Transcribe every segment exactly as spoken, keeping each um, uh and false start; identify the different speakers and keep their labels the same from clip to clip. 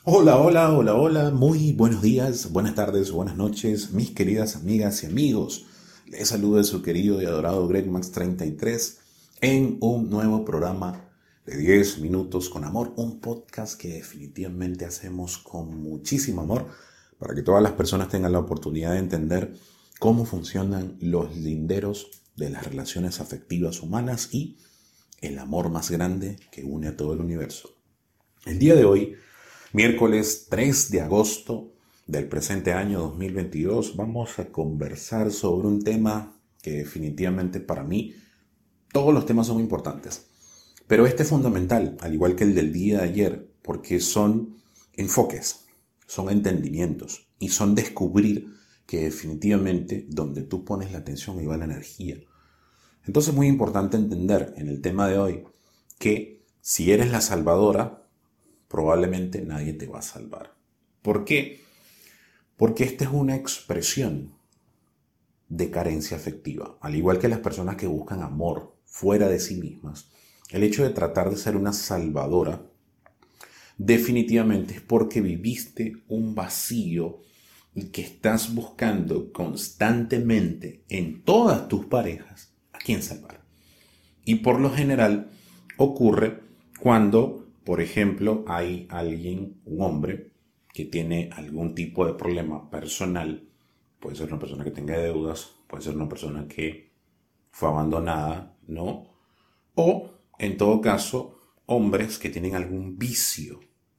Speaker 1: Hola, hola, hola, hola, muy buenos días, buenas tardes, buenas noches, mis queridas amigas y amigos. Les saluda su querido y adorado Greg Max treinta y tres en un nuevo programa de diez minutos con amor, un podcast que definitivamente hacemos con muchísimo amor para que todas las personas tengan la oportunidad de entender cómo funcionan los linderos de las relaciones afectivas humanas y el amor más grande que une a todo el universo. El día de hoy, miércoles tres de agosto del presente año dos mil veintidós, vamos a conversar sobre un tema que definitivamente para mí todos los temas son importantes, pero este es fundamental, al igual que el del día de ayer, porque son enfoques, son entendimientos y son descubrir que definitivamente donde tú pones la atención ahí va la energía. Entonces es muy importante entender en el tema de hoy que si eres la salvadora, probablemente nadie te va a salvar. ¿Por qué? Porque esta es una expresión de carencia afectiva. Al igual que las personas que buscan amor fuera de sí mismas, el hecho de tratar de ser una salvadora definitivamente es porque viviste un vacío y que estás buscando constantemente en todas tus parejas a quién salvar. Y por lo general ocurre cuando, por ejemplo, hay alguien, un hombre, que tiene algún tipo de problema personal. Puede ser una persona que tenga deudas, puede ser una persona que fue abandonada, ¿no? O, en todo caso, hombres que tienen algún vicio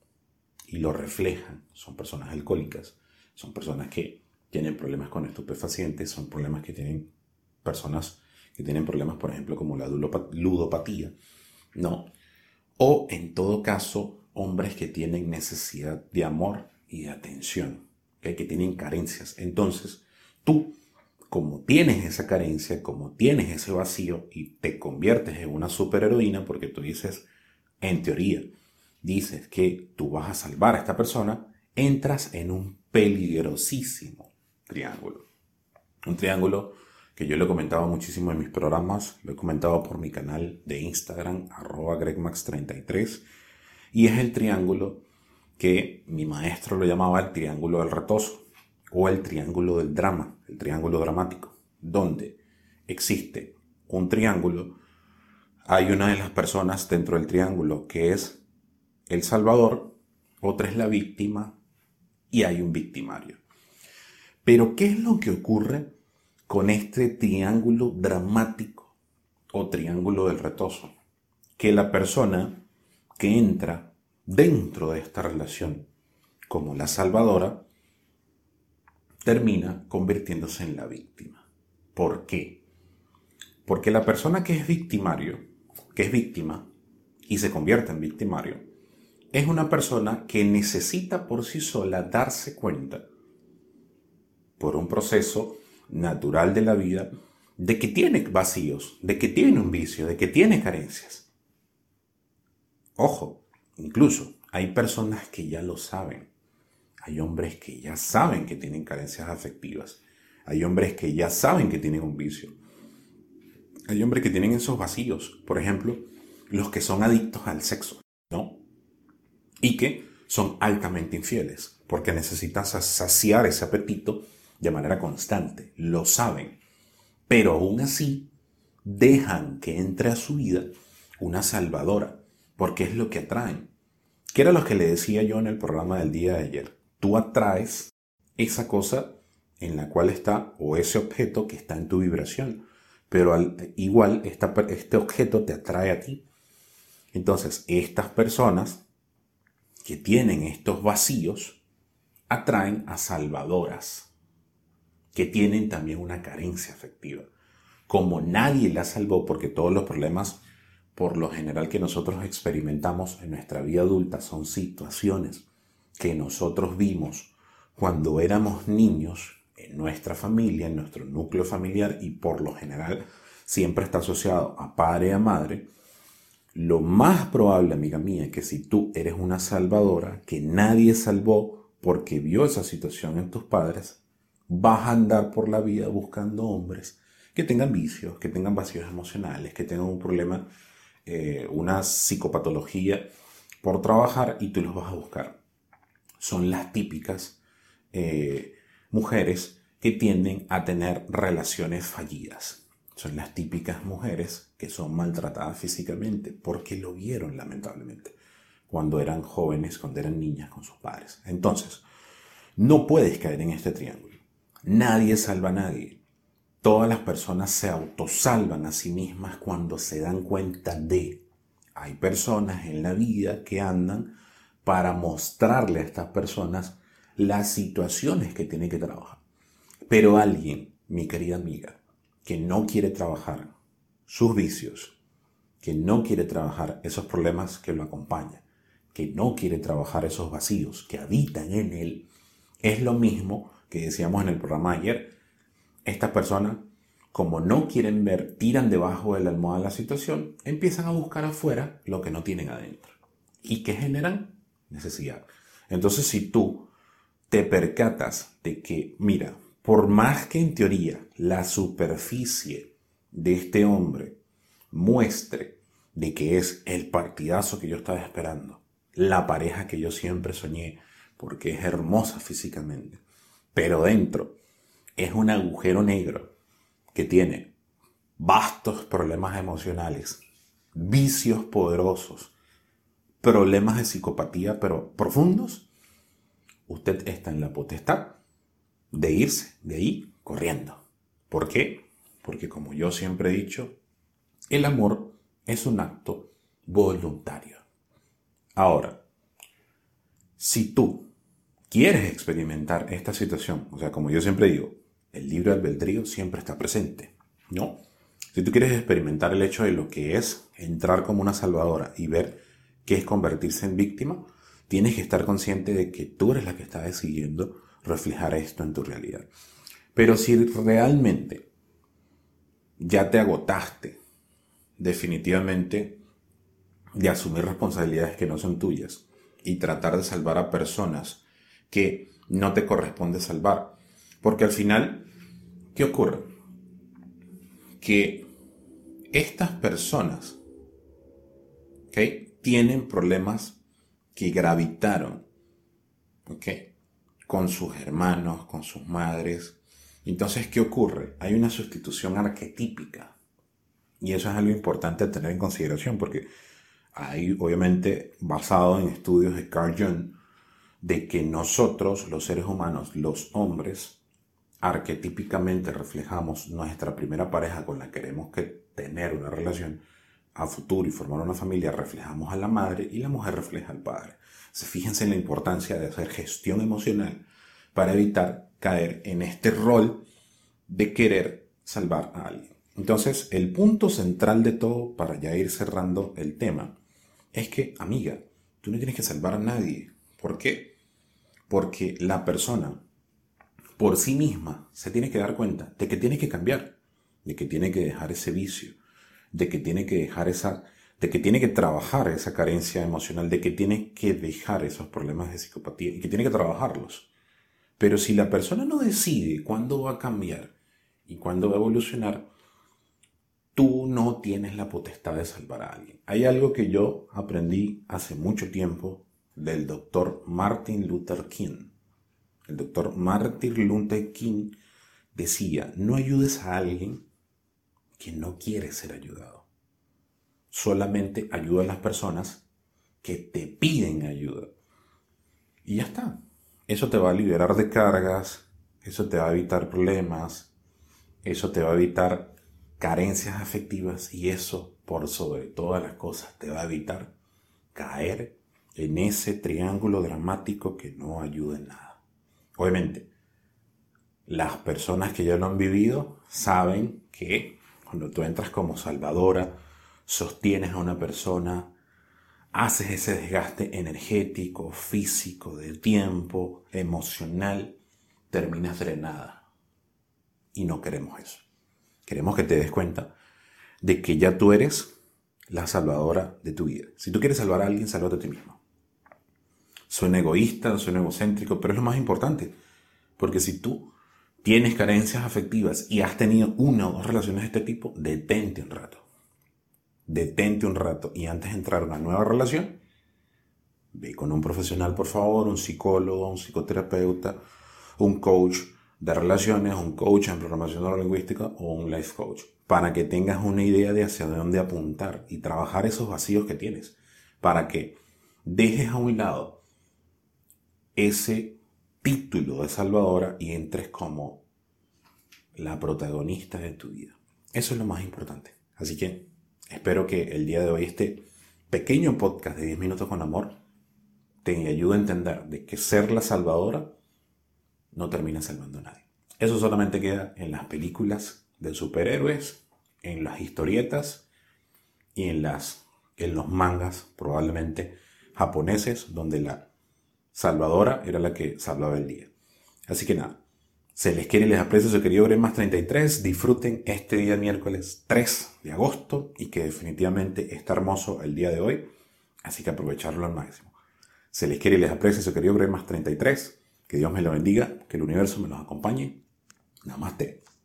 Speaker 1: y lo reflejan. Son personas alcohólicas, son personas que tienen problemas con estupefacientes, son problemas que tienen personas que tienen problemas, por ejemplo, como la ludopatía, ¿no? O, en todo caso, hombres que tienen necesidad de amor y de atención, ¿okay? Que tienen carencias. Entonces, tú, como tienes esa carencia, como tienes ese vacío y te conviertes en una superheroína porque tú dices, en teoría, dices que tú vas a salvar a esta persona, entras en un peligrosísimo triángulo. Un triángulo que yo lo he comentado muchísimo en mis programas, lo he comentado por mi canal de Instagram, arroba gregmax treinta y tres, y es el triángulo que mi maestro lo llamaba el triángulo del retozo, o el triángulo del drama, el triángulo dramático, donde existe un triángulo, hay una de las personas dentro del triángulo que es el salvador, otra es la víctima y hay un victimario. Pero ¿qué es lo que ocurre con este triángulo dramático o triángulo del retozo? Que la persona que entra dentro de esta relación como la salvadora termina convirtiéndose en la víctima. ¿Por qué? Porque la persona que es victimario, que es víctima y se convierte en victimario, es una persona que necesita por sí sola darse cuenta por un proceso natural de la vida de que tiene vacíos, de que tiene un vicio, de que tiene carencias. Ojo, incluso hay personas que ya lo saben. Hay hombres que ya saben que tienen carencias afectivas. Hay hombres que ya saben que tienen un vicio. Hay hombres que tienen esos vacíos. Por ejemplo, los que son adictos al sexo, ¿no? Y que son altamente infieles porque necesitan saciar ese apetito de manera constante. Lo saben. Pero aún así dejan que entre a su vida una salvadora, porque es lo que atraen. ¿Qué era lo que le decía yo en el programa del día de ayer? Tú atraes esa cosa en la cual está, o ese objeto que está en tu vibración, pero al, igual esta, este objeto te atrae a ti. Entonces, estas personas que tienen estos vacíos atraen a salvadoras, que tienen también una carencia afectiva. Como nadie la salvó, porque todos los problemas por lo general que nosotros experimentamos en nuestra vida adulta son situaciones que nosotros vimos cuando éramos niños en nuestra familia, en nuestro núcleo familiar, y por lo general siempre está asociado a padre y a madre. Lo más probable, amiga mía, que si tú eres una salvadora que nadie salvó porque vio esa situación en tus padres, vas a andar por la vida buscando hombres que tengan vicios, que tengan vacíos emocionales, que tengan un problema, eh, una psicopatología por trabajar, y tú los vas a buscar. son las típicas eh, mujeres que tienden a tener relaciones fallidas. Son las típicas mujeres que son maltratadas físicamente porque lo vieron lamentablemente cuando eran jóvenes, cuando eran niñas con sus padres. Entonces, no puedes caer en este triángulo. Nadie salva a nadie. Todas las personas se autosalvan a sí mismas cuando se dan cuenta de... Hay personas en la vida que andan para mostrarle a estas personas las situaciones que tienen que trabajar. Pero alguien, mi querida amiga, que no quiere trabajar sus vicios, que no quiere trabajar esos problemas que lo acompañan, que no quiere trabajar esos vacíos que habitan en él, es lo mismo que decíamos en el programa de ayer. Estas personas, como no quieren ver, tiran debajo de la almohada la situación, empiezan a buscar afuera lo que no tienen adentro. ¿Y qué generan? Necesidad. Entonces, si tú te percatas de que, mira, por más que en teoría la superficie de este hombre muestre de que es el partidazo que yo estaba esperando, la pareja que yo siempre soñé, porque es hermosa físicamente, pero dentro es un agujero negro que tiene vastos problemas emocionales, vicios poderosos, problemas de psicopatía, pero profundos, usted está en la potestad de irse de ahí corriendo. ¿Por qué? Porque como yo siempre he dicho, el amor es un acto voluntario. Ahora, si tú quieres experimentar esta situación, o sea, como yo siempre digo, el libre albedrío siempre está presente, ¿no? Si tú quieres experimentar el hecho de lo que es entrar como una salvadora y ver qué es convertirse en víctima, tienes que estar consciente de que tú eres la que está decidiendo reflejar esto en tu realidad. Pero si realmente ya te agotaste definitivamente de asumir responsabilidades que no son tuyas y tratar de salvar a personas que no te corresponde salvar, porque al final, ¿qué ocurre? Que estas personas, ¿okay?, tienen problemas que gravitaron, ¿ok?, con sus hermanos, con sus madres. Entonces, ¿qué ocurre? Hay una sustitución arquetípica. Y eso es algo importante a tener en consideración, porque hay, obviamente, basado en estudios de Carl Jung, de que nosotros, los seres humanos, los hombres, arquetípicamente reflejamos nuestra primera pareja con la que queremos que tener una relación a futuro y formar una familia, reflejamos a la madre y la mujer refleja al padre. Entonces, fíjense en la importancia de hacer gestión emocional para evitar caer en este rol de querer salvar a alguien. Entonces, el punto central de todo, para ya ir cerrando el tema, es que, amiga, tú no tienes que salvar a nadie. ¿Por qué? Porque la persona por sí misma se tiene que dar cuenta de que tiene que cambiar, de que tiene que dejar ese vicio, de que tiene que dejar esa, de que tiene que trabajar esa carencia emocional, de que tiene que dejar esos problemas de psicopatía y que tiene que trabajarlos. Pero si la persona no decide cuándo va a cambiar y cuándo va a evolucionar, tú no tienes la potestad de salvar a alguien. Hay algo que yo aprendí hace mucho tiempo del doctor Martin Luther King. El doctor Martin Luther King decía, no ayudes a alguien que no quiere ser ayudado. Solamente ayuda a las personas que te piden ayuda. Y ya está. Eso te va a liberar de cargas, eso te va a evitar problemas, eso te va a evitar carencias afectivas y eso, por sobre todas las cosas, te va a evitar caer en ese triángulo dramático que no ayuda en nada. Obviamente, las personas que ya lo han vivido saben que cuando tú entras como salvadora, sostienes a una persona, haces ese desgaste energético, físico, de tiempo, emocional, terminas drenada. Y no queremos eso. Queremos que te des cuenta de que ya tú eres la salvadora de tu vida. Si tú quieres salvar a alguien, sálvate a ti mismo. Suena egoísta, suena egocéntrico, pero es lo más importante. Porque si tú tienes carencias afectivas y has tenido una o dos relaciones de este tipo, detente un rato. Detente un rato y antes de entrar a una nueva relación, ve con un profesional, por favor, un psicólogo, un psicoterapeuta, un coach de relaciones, un coach en programación neurolingüística o un life coach, para que tengas una idea de hacia dónde apuntar y trabajar esos vacíos que tienes, para que dejes a un lado ese título de salvadora y entres como la protagonista de tu vida. Eso es lo más importante. Así que espero que el día de hoy este pequeño podcast de diez minutos con amor te ayude a entender de que ser la salvadora no termina salvando a nadie. Eso solamente queda en las películas de superhéroes, en las historietas y en, las, en los mangas probablemente japoneses, donde la salvadora era la que salvaba el día. Así que nada, se les quiere y les aprecia su querido Gremas treinta y tres. Disfruten este día miércoles tres de agosto y que definitivamente está hermoso el día de hoy. Así que aprovecharlo al máximo. Se les quiere y les aprecia su querido Gremas treinta y tres. Que Dios me lo bendiga, que el universo me los acompañe. Namaste.